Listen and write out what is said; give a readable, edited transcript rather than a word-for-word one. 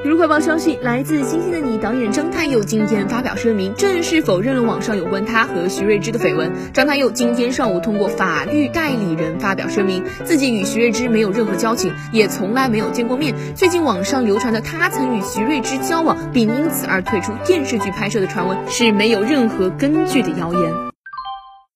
娱乐快报消息，来自《星星的你》导演张太佑今天发表声明，正式否认了网上有关他和徐睿知的绯闻。张太佑今天上午通过法律代理人发表声明，自己与徐睿知没有任何交情，也从来没有见过面。最近网上流传的他曾与徐睿知交往，并因此而退出电视剧拍摄的传闻是没有任何根据的谣言。